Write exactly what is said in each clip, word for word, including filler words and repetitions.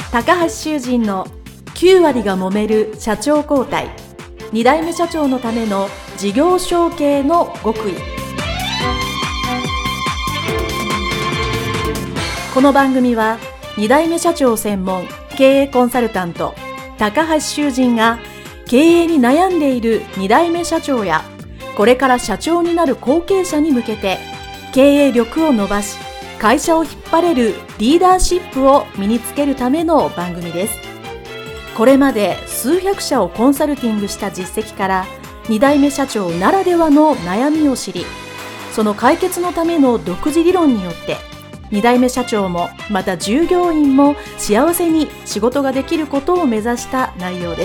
高橋修人のきゅう割が揉める社長交代、に代目社長のための事業承継の極意。この番組はに代目社長専門経営コンサルタント高橋修人が経営に悩んでいるに代目社長やこれから社長になる後継者に向けて経営力を伸ばし会社を引っ張れるリーダーシップを身につけるための番組です。これまで数百社をコンサルティングした実績からに代目社長ならではの悩みを知り、その解決のための独自理論によってに代目社長もまた従業員も幸せに仕事ができることを目指した内容です。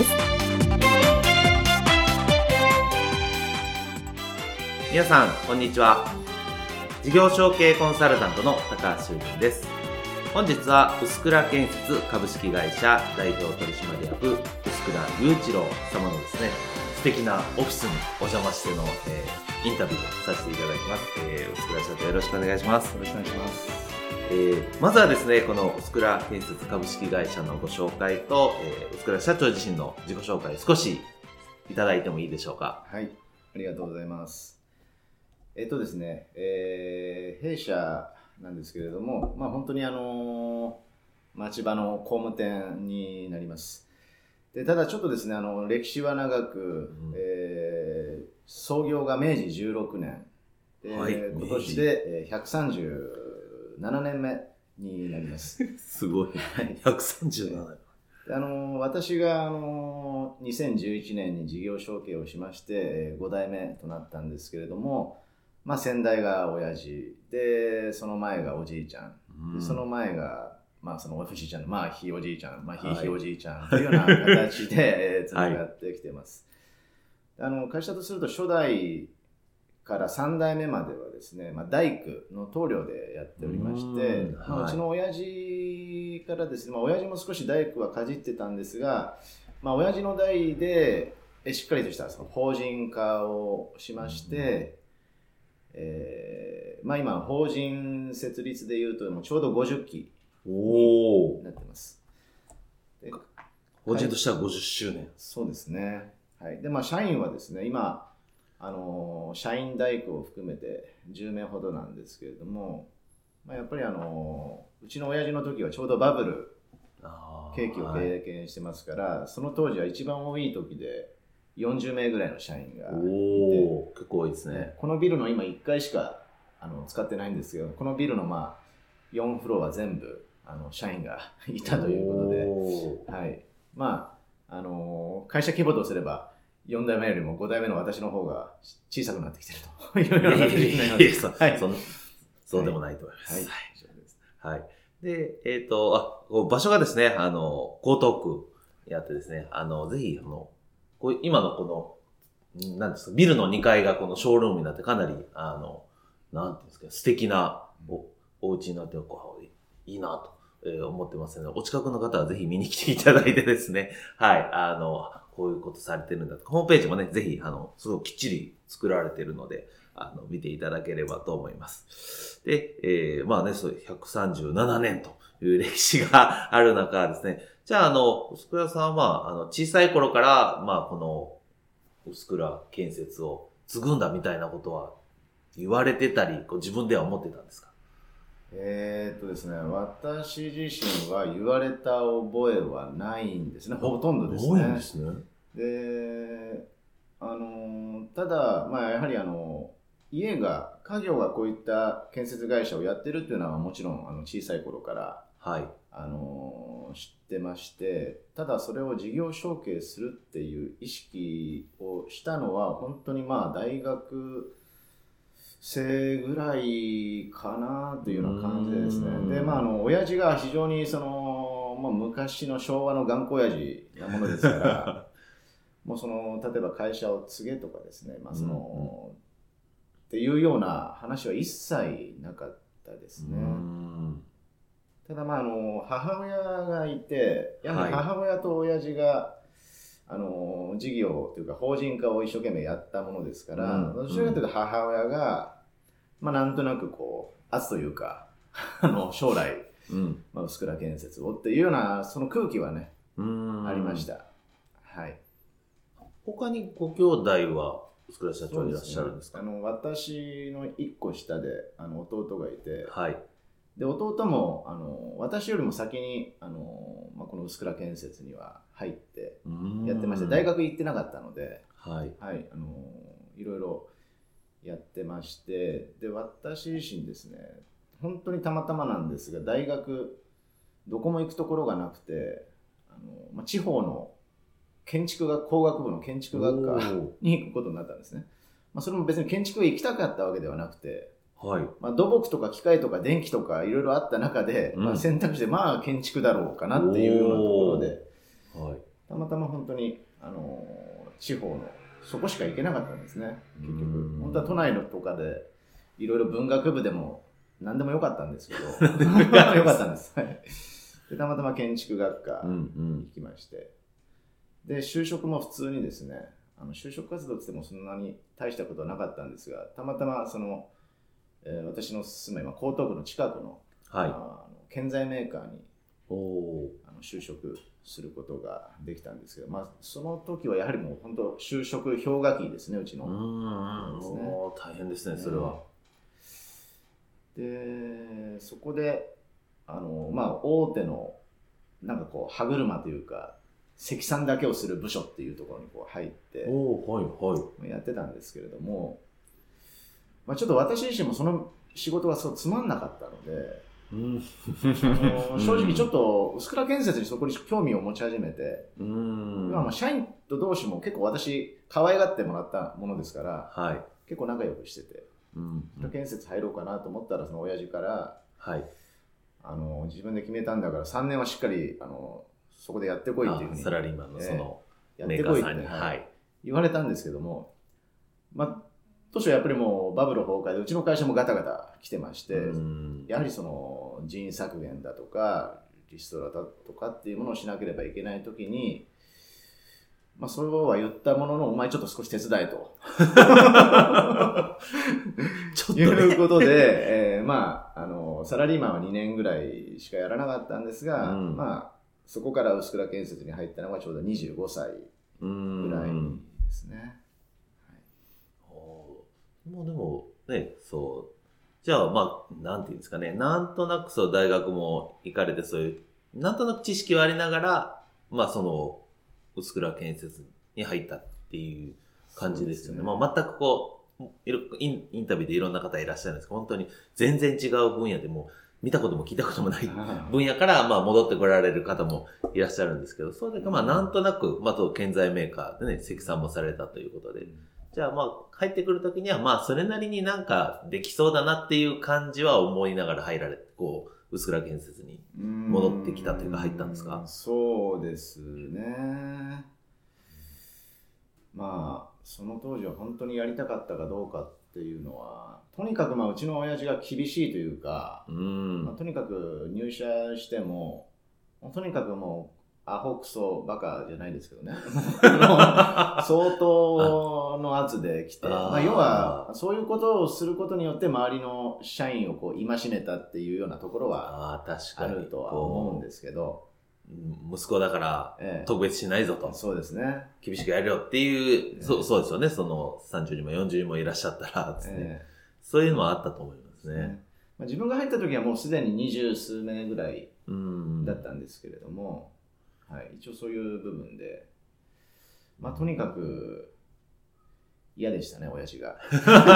皆さんこんにちは。事業承継コンサルタントの高橋修人です。本日は臼倉建設株式会社代表取締役臼倉雄一郎様のですね、素敵なオフィスにお邪魔しての、えー、インタビューをさせていただきます。えー、臼倉社長よろしくお願いします。 よろしくお願いします。 えー、まずはですね、この臼倉建設株式会社のご紹介と、えー、臼倉社長自身の自己紹介少しいただいてもいいでしょうか。 はい、ありがとうございます。えっとですね、えー、弊社なんですけれども、まあ本当にあの町場の工務店になります。でただちょっとですね、あの歴史は長く、うんえー、創業が明治じゅうろくねん、はい、今年でひゃくさんじゅうななねんめになります。 すごい。ひゃくさんじゅうななねん。 あの私があのにせんじゅういちねんに事業承継をしましてご代目となったんですけれども、まあ、先代が親父で、その前がおじいちゃん、うん、でその前が、まあ、そのおじいちゃんの、まあ、ひいおじいちゃん、まあ、ひいひいおじいちゃんというような形でつながってきています。はい、あの会社とすると初代からさん代目まではですね、まあ、大工の棟梁でやっておりまして、う, まあ、うちの親父からですね、まあ、親父も少し大工はかじってたんですが、まあ、親父の代でしっかりとしたその法人化をしまして、えーまあ、今法人設立でいうともうちょうどごじゅっきになってます。で法人としてはごじゅっしゅうねん、 はい、そうですね、はい、でまあ社員はですね、今あの社員大工を含めてじゅうめいほどなんですけれども、まあ、やっぱりあのうちの親父の時はちょうどバブル景気を経験してますから、はい、その当時は一番多い時でよんじゅうめいぐらいの社員がいて、 お結構多いですね。 このビルの今いっかいしかあの使ってないんですけど、このビルのまあよんフロア全部あの社員がいたということで、はい、まああの会社規模とすればよん代目よりもご代目の私の方が小さくなってきてるというような形になります。 はい、そそうでもないと思います。 はい、 はいはい、で、えっとあ場所がですね、あの江東区にあってですね、あのぜひあのこう今のこの、なんですか、ビルのにかいがこのショールームになってかなり、あの、なんていうんですか、素敵なお、お家になってこういいなと、えー、思ってますので、お近くの方はぜひ見に来ていただいてですね、はい、あの、こういうことされてるんだと。ホームページもね、ぜひ、あの、すごくきっちり作られてるので、あの、見ていただければと思います。で、えー、まあね、そうひゃくさんじゅうななねんという歴史がある中ですね、じゃあ、あの、臼倉さんは、あの、小さい頃から、まあ、この、臼倉建設を継ぐんだみたいなことは言われてたり、こう自分では思ってたんですか？ えーっとですね、私自身は言われた覚えはないんですね、ほとんどですね。 ないんですね。 で、あの、ただ、まあ、やはりあの、家が、家業がこういった建設会社をやってるっていうのはもちろんあの小さい頃から、 はい、 あの知ってまして、ただそれを事業承継するっていう意識をしたのは本当にまあ大学生ぐらいかなというような感じでですね。で、まああの親父が非常にその、まあ、昔の昭和の頑固親父なものですからもうその例えば会社を継げとかですね、まあその、うんうん、っていうような話は一切なかったですね。うんただまああの母親がいて、やはり母親と親父が、はい、あの事業というか法人化を一生懸命やったものですから、うん、どちらかというと母親が、まあなんとなくこう圧というかあの将来うんまあ、臼倉建設をっていうようなその空気はね、 うーんありました。はい。 他にご兄弟は臼倉社長いらっしゃるんですか？ そうですね、あの私のいっこ下であの弟がいて、 はい。 で弟もあの私よりも先にあの、まあ、この臼倉建設には入ってやってまして、大学行ってなかったので、 はい、 はい、あのいろいろやってまして、で私自身ですね、本当にたまたまなんですが、大学どこも行くところがなくて、あの、まあ、地方の建築学工学部の建築学科に行くことになったんですね。まあ、それも別に建築へ行きたかったわけではなくて、 はい、 まあ、土木とか機械とか電気とかいろいろあった中で、うん、まあ、選択肢でまあ建築だろうかなっていうようなところで、はい、たまたま本当にあの地方のそこしか行けなかったんですね。結局本当は都内のとかでいろいろ文学部でも何でもよかったんですけどよかったんですでたまたま建築学科行きまして、うんうん、で就職も普通にですね、あの就職活動って言ってもそんなに大したことはなかったんですが、たまたまそのえー、私の住まいは江東区の近くの、はい、あの建材メーカーにおあの就職することができたんですけど、まあ、その時はやはりもう本当就職氷河期ですね、うちの。うーん、ですね、お大変ですね、それは。 でそこであの、まあ、大手のなんかこう歯車というか積算だけをする部署っていうところにこう入ってお、はいはい、 やってたんですけれども、まあ、ちょっと私自身もその仕事がそうつまんなかったので、うん、あの正直ちょっと臼倉建設にそこに興味を持ち始めて、うん、まあ社員と同士も結構私可愛がってもらったものですから、はい、結構仲良くしてて、うん、臼倉建設入ろうかなと思ったらその親父から、はい、あの自分で決めたんだからさんねんはしっかりあのそこでやってこいっていうふうに、 サラリーマンのその、 えー、やってこいって、はい、言われたんですけども、まあ当初やっぱりもうバブル崩壊でうちの会社もガタガタ来てまして、やはりその人員削減だとかリストラだとかっていうものをしなければいけないときに、まあそうは言ったもののお前ちょっと少し手伝えとちょっと、ね、いうことで、えー、まああのサラリーマンはにねんぐらいしかやらなかったんですが、うん、まあそこから臼倉建設に入ったのがちょうどにじゅうごさいぐらいですね。 もうでもね、そう。じゃあまあ、なんていうんですかね。なんとなくそう大学も行かれてそういう、なんとなく知識はありながら、まあその、臼倉建設に入ったっていう感じですよね。ね、まあ全くこうイン、インタビューでいろんな方いらっしゃるんですけど、本当に全然違う分野でも見たことも聞いたこともない分野からまあ戻ってこられる方もいらっしゃるんですけど、それでまあなんとなく、まあ建材メーカーでね、積算もされたということで、うん、じゃあまあ入ってくるときにはまあそれなりになんかできそうだなっていう感じは思いながら入られて、こう臼倉建設に戻ってきたというか入ったんですか？ そうですね。まあその当時は本当にやりたかったかどうかっていうのは、とにかくまあうちの親父が厳しいというか、うん、まあ、とにかく入社してもとにかくもうアホクソバカじゃないですけどね相当の圧で来て、あ、まあ、要はそういうことをすることによって周りの社員をこう戒めたっていうようなところはあるとは思うんですけど、 息子だから特別しないぞと、ええ、 そうですね、 厳しくやるよっていう、ええ、そ, そうですよね。そのさんじゅうにんもよんじゅうにんもいらっしゃったらですね、ええ、そういうのもあったと思いますね。ね、 まあ、自分が入った時はもうすでに二十数名ぐらいだったんですけれども、はい、一応そういう部分で、まあとにかく嫌でしたね、親父が。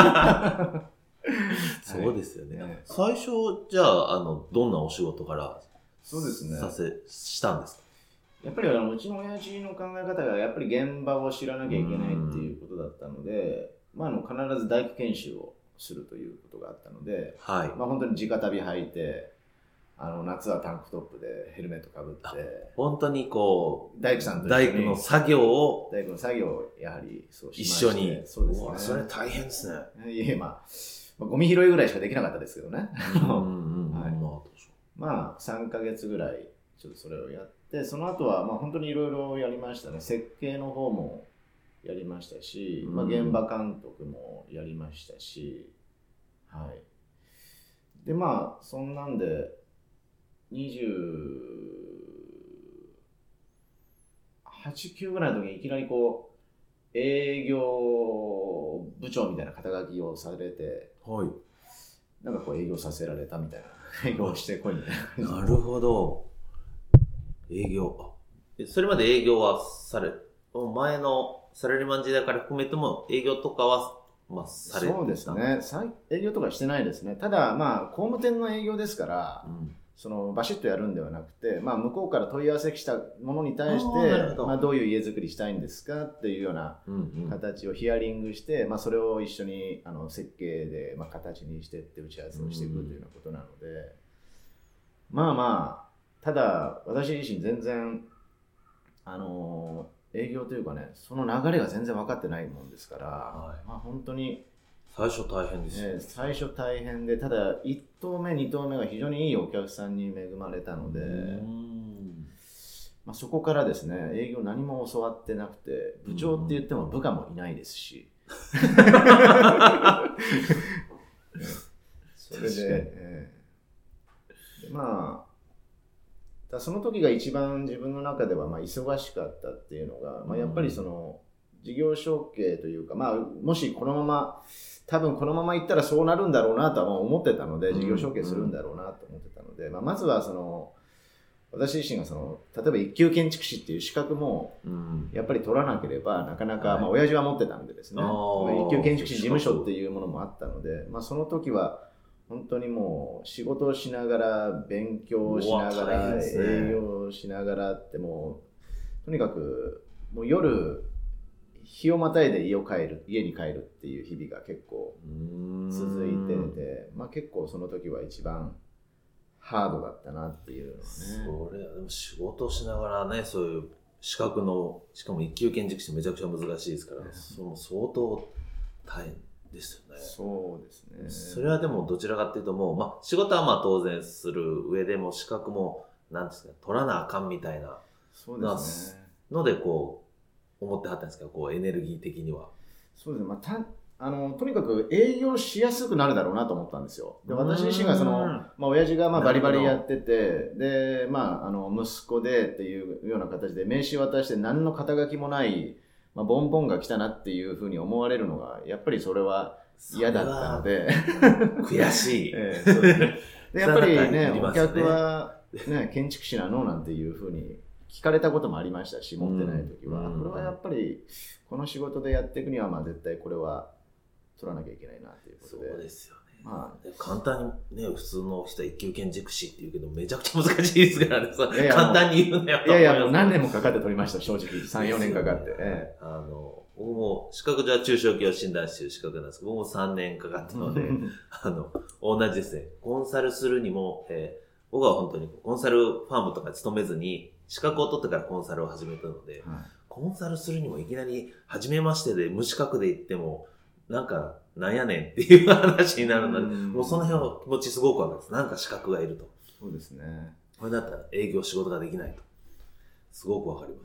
そうですよね。はい、最初じゃあ、あのどんなお仕事からそうですねさせしたんですか？ やっぱりあのうちの親父の考え方がやっぱり現場を知らなきゃいけないっていうことだったので、まあ、あの必ず大工研修をするということがあったので、はい、まあ本当に直旅履いて。あの夏はタンクトップでヘルメットかぶって本当にこう大工さんと大工の作業を大工の作業をやはりそうしまして一緒に。 そうですね。 それ大変ですね。 いえ、まあ、まあ、ゴミ拾いぐらいしかできなかったですけどね。まあさんかげつぐらいちょっとそれをやって、その後はまあ本当にいろいろやりましたね。設計の方もやりましたし、まあ、現場監督もやりましたし、はい。でまあそんなんでにじゅうはち、きゅうぐらいの時にいきなりこう営業部長みたいな肩書きをされて、 はい。 なんかこう営業させられたみたいな営業してこいみたいな感じ。 なるほど。営業。えそれまで営業はされ、前のサラリーマン時代から含めても営業とかは、まあ、されてた。 そうですね。さ営業とかしてないですね。ただ、まあ、工務店の営業ですから、うん、そのバシッとやるんではなくて、まあ、向こうから問い合わせしたものに対して、どまあ、どういう家づくりしたいんですかっていうような形をヒアリングして、うんうん、まあ、それを一緒にあの設計で、まあ、形にしてって打ち合わせをしていくというようなことなので、うん、まあまあ、ただ、私自身全然、あのー、営業というかね、その流れが全然分かってないもんですから、はい、まあ本当に最初大変ですよね。 ね、最初大変で、ただいち棟目に棟目が非常にいいお客さんに恵まれたので、うんまあ、そこからですね、営業何も教わってなくて、部長って言っても部下もいないですし、それで、えー、でまあだその時が一番自分の中ではまあ忙しかったっていうのが、まあ、やっぱりその事業承継というか、まあ、もしこのまま多分このままいったらそうなるんだろうなとは思ってたので、事業承継するんだろうなと思ってたので、まあ、まずはその私自身がその例えば一級建築士っていう資格もやっぱり取らなければなかなか、まあ親父は持ってたんでですね、一級建築士事務所っていうものもあったので、まあ、その時は本当にもう仕事をしながら勉強しながら営業しながらってもうとにかくもう夜日をまたいで家を帰る家に帰るっていう日々が結構続いてて、まあ、結構その時は一番ハードだったなっていうのはね。 それはでも仕事をしながらね、そういう資格のしかも一級建築士めちゃくちゃ難しいですから、その相当大変ですよね。 そうですね。 それはでもどちらかっていうともう、まあ、仕事はまあ当然する上でも資格もなんですか取らなあかんみたいなそうですねのでこう思ってはったんですか、こうエネルギー的には。 そうですね。まあ、たあのとにかく営業しやすくなるだろうなと思ったんですよ。で私自身がその、まあ、親父がまあバリバリやってて、で、まあ、あの息子でっていうような形で名刺渡して何の肩書きもないまあ、ボンボンが来たなっていうふうに思われるのがやっぱりそれは嫌だったので悔しい、 えーそうですね、でやっぱりね、ねお客は、ね、建築士なのなんていうふうに聞かれたこともありましたし、持ってない時は、うん、これはやっぱりこの仕事でやっていくにはまあ絶対これは取らなきゃいけないなということで。 そうですよね。 まあ、 簡単にね、普通の人は一級建築士って言うけどめちゃくちゃ難しいですからね。いやいや簡単に言うなよと思います。 いやいやもう何年もかかって取りました、正直さん、よねんかかって、ええ、 あの僕も資格じゃ中小企業診断士という資格なんですけど、僕もさんねんかかったのであの同じですね。コンサルするにも、えー、僕は本当にコンサルファームとか勤めずに資格を取ってからコンサルを始めたので、はい、コンサルするにもいきなり初めましてで無資格で行ってもなんかなんやねんっていう話になるので、もうその辺は気持ちすごくわかります。なんか資格がいると。 そうですね。 これだったら営業仕事ができないと。すごくわかります。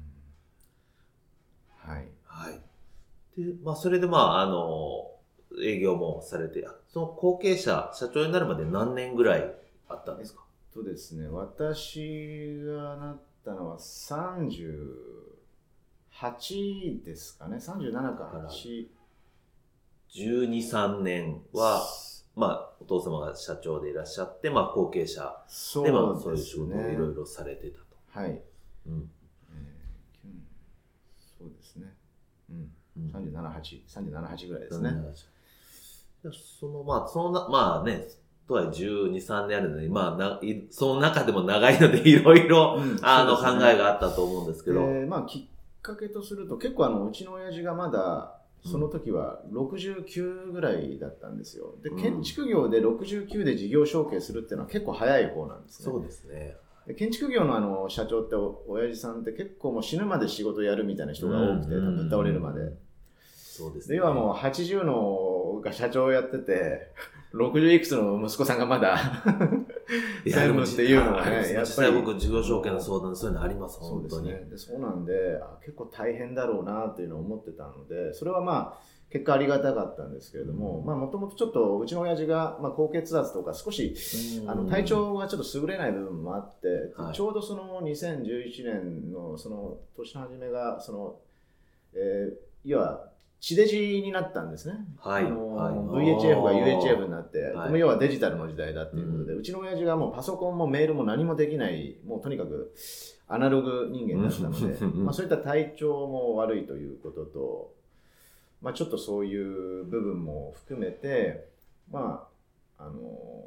はい。 はい。で、まあそれでまああの営業もされて、その後継者社長になるまで何年ぐらいあったんですか？ えっとですね、私がなったのはさんじゅうはちですかね。さんじゅうななかはち。 じゅうに、さんねんは、まあ、お父様が社長でいらっしゃって、まあ、後継者で、まあ、そういう仕事をいろいろされてたと。 はい。うん。えー、そうですね。うん。さんじゅうなな、はち、さんじゅうなな、はちぐらいですね。 その、まあ、そのな、まあね、とはじゅうに、さんねんあるので、まあな、その中でも長いので、いろいろ、あの、考えがあったと思うんですけど。 えー、まあ、きっかけとすると、結構あの、うちの親父がまだ、その時はろくじゅうきゅうぐらいだったんですよ。で、建築業でろくじゅうきゅうで事業承継するっていうのは結構早い方なんですね。 そうですね。 で建築業のあの社長ってお親父さんって結構もう死ぬまで仕事やるみたいな人が多くて、ぶっ倒れるまで。 そうですね。 で、要はもうはちじゅうのが社長をやってて、ろくじゅういくつの息子さんがまだ専務っていうのはね、 やっぱり僕事業承継の相談そういうのあります、 本当に。そうですね。で、そうなんで、あ、結構大変だろうなっていうのを思ってたので、それはまあ結果ありがたかったんですけれども、まあもともとちょっとうちの親父が、まあ、高血圧とか少しあの体調がちょっと優れない部分もあって、はい、ちょうどそのにせんじゅういちねんのその年の初めがその、えー、要は地デジになったんですね。はい、あのはい、ブイエイチエフ が ユーエイチエフ になって、はい、要はデジタルの時代だっていうことで、うん、うちの親父がもうパソコンもメールも何もできない、もうとにかくアナログ人間だったので、まあそういった体調も悪いということと、まあ、ちょっとそういう部分も含めて、まああのー、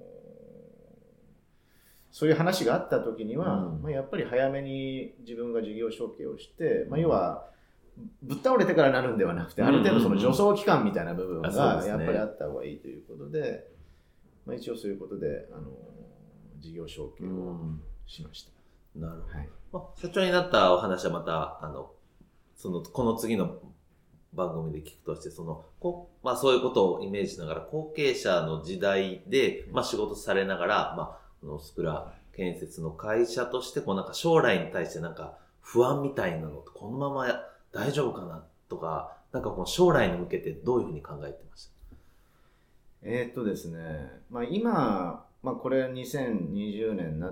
そういう話があった時には、うんまあ、やっぱり早めに自分が事業承継をして、まあ、要はぶっ倒れてからなるんではなくて、ある程度その助走期間みたいな部分がやっぱりあった方がいいということで、まあ、一応そういうことで、あのー、事業承継をしました。 うん、なるほど、はいまあ、社長になったお話はまたあのそのこの次の番組で聞くとして、そのこ、まあ、そういうことをイメージしながら後継者の時代で、まあ、仕事されながら、まあ、このスクラ建設の会社としてこうなんか将来に対してなんか不安みたいなのとこのまま大丈夫かなとか、なんかこの将来に向けてどういうふうに考えてました？ えーっとですね、まあ、今、まあ、これにせんにじゅうねんになって、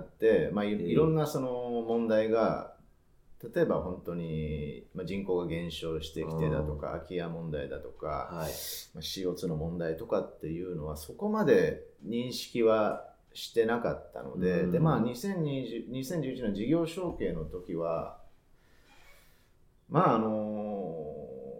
まあ、い, いろんなその問題が例えば本当に人口が減少してきてだとか、空き家問題だとか、はい、シーオーツー の問題とかっていうのはそこまで認識はしてなかったので、でまあにせんにじゅう、にせんじゅういちねん事業承継の時はまああの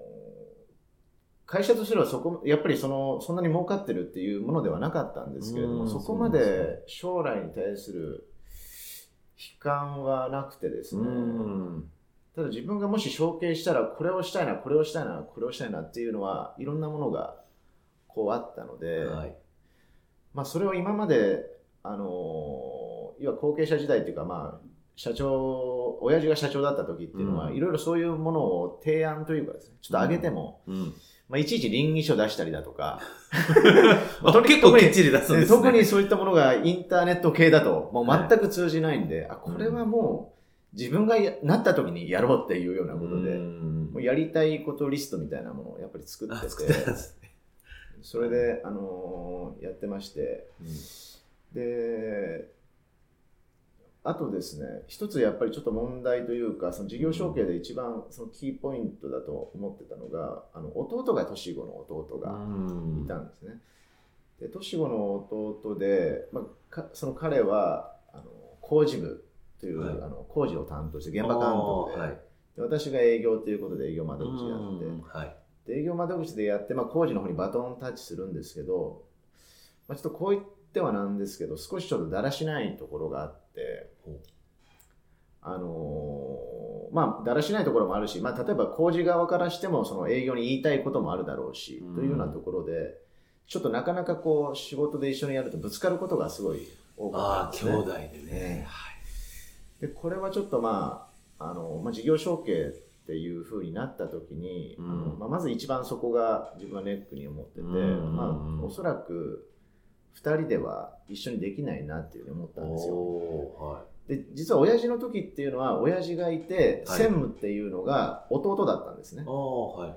会社としてはそこやっぱりそのそんなに儲かってるっていうものではなかったんですけれども、そこまで将来に対する悲観はなくてですね、うんただ自分がもし承継したらこれをしたいなこれをしたいなこれをしたいなっていうのはいろんなものがこうあったので、はいまあ、それを今まであの要は後継者時代っていうか、まあ、社長親父が社長だった時っていうのは、うん、いろいろそういうものを提案というかですねちょっと上げても、うんうんまあ、いちいち稟議書出したりだとか結構きっちり出すんですね。 特にそういったものがインターネット系だともう全く通じないんで、はい、あこれはもう自分がなった時にやろうっていうようなことで、もうやりたいことリストみたいなものをやっぱり作ってて、てそれで、あのー、やってまして、うん、であとですね、一つやっぱりちょっと問題というか、その事業承継で一番そのキーポイントだと思ってたのが、あの弟が年子の弟がいたんですね。で年子の弟で、まあ、かその彼はあの工事部という、はい、あの工事を担当して現場監督 で,、はい、で私が営業ということで営業窓口やって、はい、で営業窓口でやって、まあ、工事の方にバトンタッチするんですけど、まあ、ちょっとこう言ってはなんですけど少しちょっとだらしないところがあって、あのー、まあだらしないところもあるし、まあ、例えば工事側からしてもその営業に言いたいこともあるだろうし、うん、というようなところでちょっとなかなかこう仕事で一緒にやるとぶつかることがすごい多かったんですね。 ああ兄弟でね、 はい、でこれはちょっとまああの、まあ、事業承継っていう風になった時に、うんあのまあ、まず一番そこが自分はネックに思ってて、うんまあ、おそらくふたりでは一緒にできないなっていうふうに思ったんですよ。はい、で実は親父の時っていうのは親父がいて、はい、専務っていうのが弟だったんですね。はいはい、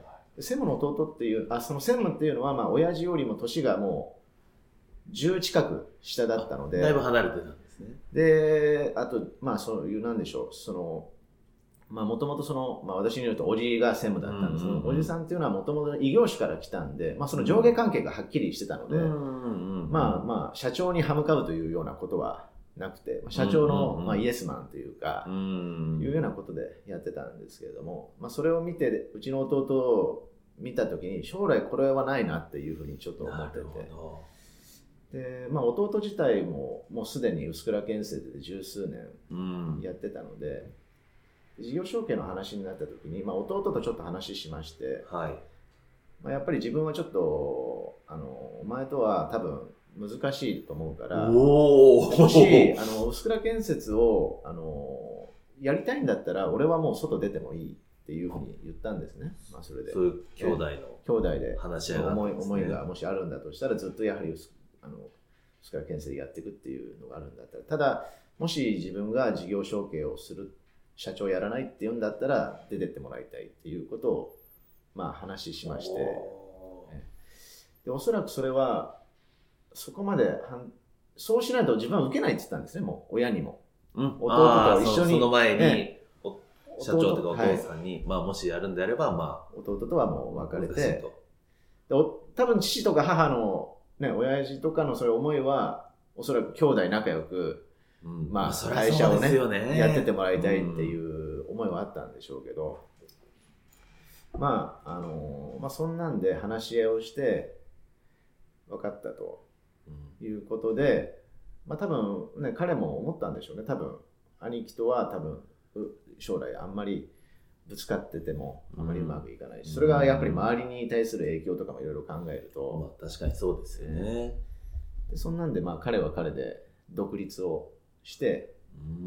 専務の弟っていうあその専務っていうのはまあ親父よりも年がもうじゅう近く下だったのでだいぶ離れてたんですね。 であとまあそういうなんでしょうそのまあもともとその、まあ、私によるとおじが専務だったんですけど、うんうんうん、おじさんっていうのはもともと異業種から来たんで、まあ、その上下関係がはっきりしてたので、うんうんうん、まあまあ社長に歯向かうというようなことはなくて、社長の、まあ、イエスマンというか、うんうんうん、いうようなことでやってたんですけれども、まあ、それを見てうちの弟を見た時に将来これはないなっていうふうにちょっと思ってて、で、まあ、弟自体ももうすでに臼倉建設で十数年やってたので、うん、事業承継の話になった時に、まあ、弟とちょっと話しまして、はいまあ、やっぱり自分はちょっとあのお前とは多分難しいと思うからおもしあの臼倉建設をあのやりたいんだったら俺はもう外出てもいいっていうふうに言ったんですね。まあ、それでそういう兄弟の兄弟で話し合いがあったんですね。思い、思いがもしあるんだとしたらずっとやはりあの臼倉建設でやっていくっていうのがあるんだったら、ただもし自分が事業承継をする社長やらないって言うんだったら出てってもらいたいっていうことをまあ話しまして、 でおそらくそれはそこまではんそうしないと自分は受けないって言ったんですね、もう親にも、 うん、 弟と一緒に、 そ, その前に、 ね、 社長とかお父さんに、はい、まあもしやるんであれば、まあ弟とはもう別れて、で多分父とか母のね、親父とかのそういう思いはおそらく兄弟仲良く、うん、まあ会社を ね, ねやっててもらいたいっていう思いはあったんでしょうけど、うん、まああのまあそんなんで話し合いをして分かったということで、まあ多分ね彼も思ったんでしょうね。多分兄貴とは多分将来あんまりぶつかっててもあまりうまくいかないし、うん、それがやっぱり周りに対する影響とかもいろいろ考えると、 まあ確かにそうですよね。 でそんなんでまあ彼は彼で独立をして、うん、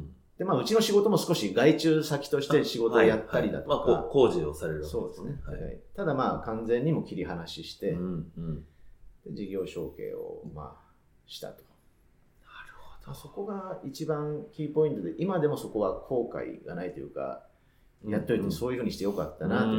でまあうちの仕事も少し外注先として仕事をやったりだとか、 はいはい、まあ工事をされるわけですね。 そうですね。はい、ただまあ完全にも切り離しして、うんうん、で事業承継をまあしたと。そこが一番キーポイントで、今でもそこは後悔がないというか、やっといてそういうふうにしてよかったなという、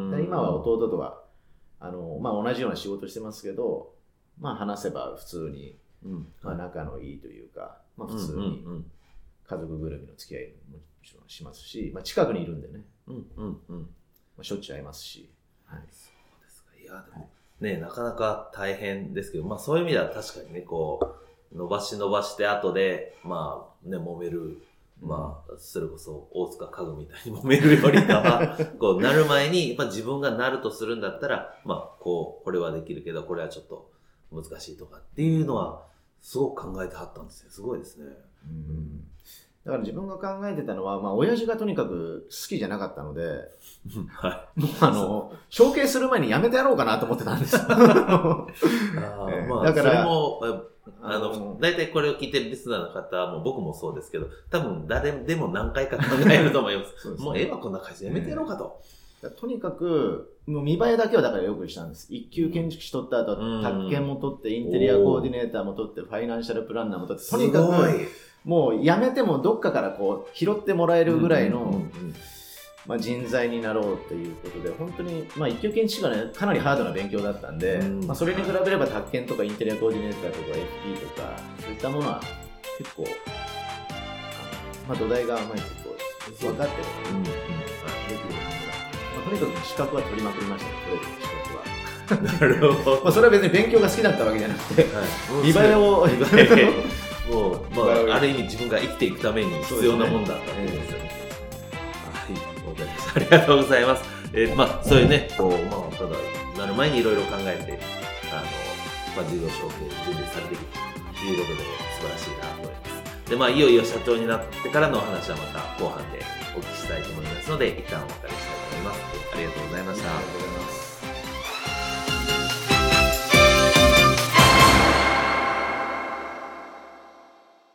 うん、今は弟とはあの、まあ、同じような仕事してますけど、まあ、話せば普通に、うんまあ、仲のいいというか、まあ、普通に家族ぐるみの付き合いもしますし、まあ、近くにいるんでね、うんうんうんまあ、しょっちゅう会いますし、はい、そうですか。いやでもね、なかなか大変ですけど、まあ、そういう意味では確かにね、こう伸ばし伸ばして後で、まあね、揉める、まあ、それこそ大塚家具みたいに揉めるよりかは、こうなる前に、まあ自分がなるとするんだったら、まあ、こう、これはできるけど、これはちょっと難しいとかっていうのは、すごく考えてはったんですよ。すごいですね。 うんだから自分が考えてたのは、まあ、親父がとにかく好きじゃなかったので、はい。もうあの、承継する前にやめてやろうかなと思ってたんです。あえー、まあ、だから、それも、あの、大体これを聞いてるリスナーの方は、もう僕もそうですけど、多分誰でも何回か考えると思います。ね、もうええわ、こんな会社やめてやろうかと。 えー、とにかく、もう見栄えだけはだからよくしたんです。一級建築士取った後、宅建も取って、インテリアコーディネーターも取って、ファイナンシャルプランナーも取って、とにかく、もう辞めてもどっかからこう拾ってもらえるぐらいの、うんうんうん、まあ、人材になろうということで、本当に、まあ、一級建築士がね、かなりハードな勉強だったんで、うんまあ、それに比べれば宅建とかインテリアコーディネーターとか エフピー とか、そういったものは結構、まあ、土台が甘いとこう分かってるので、うんうん、できるようになって、まあ、とにかく資格は取りまくりましたね、取れる資格は。 なるほど。 まあそれは別に勉強が好きだったわけじゃなくて、はい、見栄えを、 もう、まあ、ある意味自分が生きていくために必要なもんだったわけですよね。はい、わかりました。ありがとうございます。えー、まあ、そういうね、こう、まあ、ただ、なる前にいろいろ考えて、あの、まあ、事業承継準備されていくということで、素晴らしいなと思います。で、まあ、いよいよ社長になってからのお話はまた後半でお聞きしたいと思いますので、一旦お別れしたいと思います。ありがとうございました。ありがとうございます。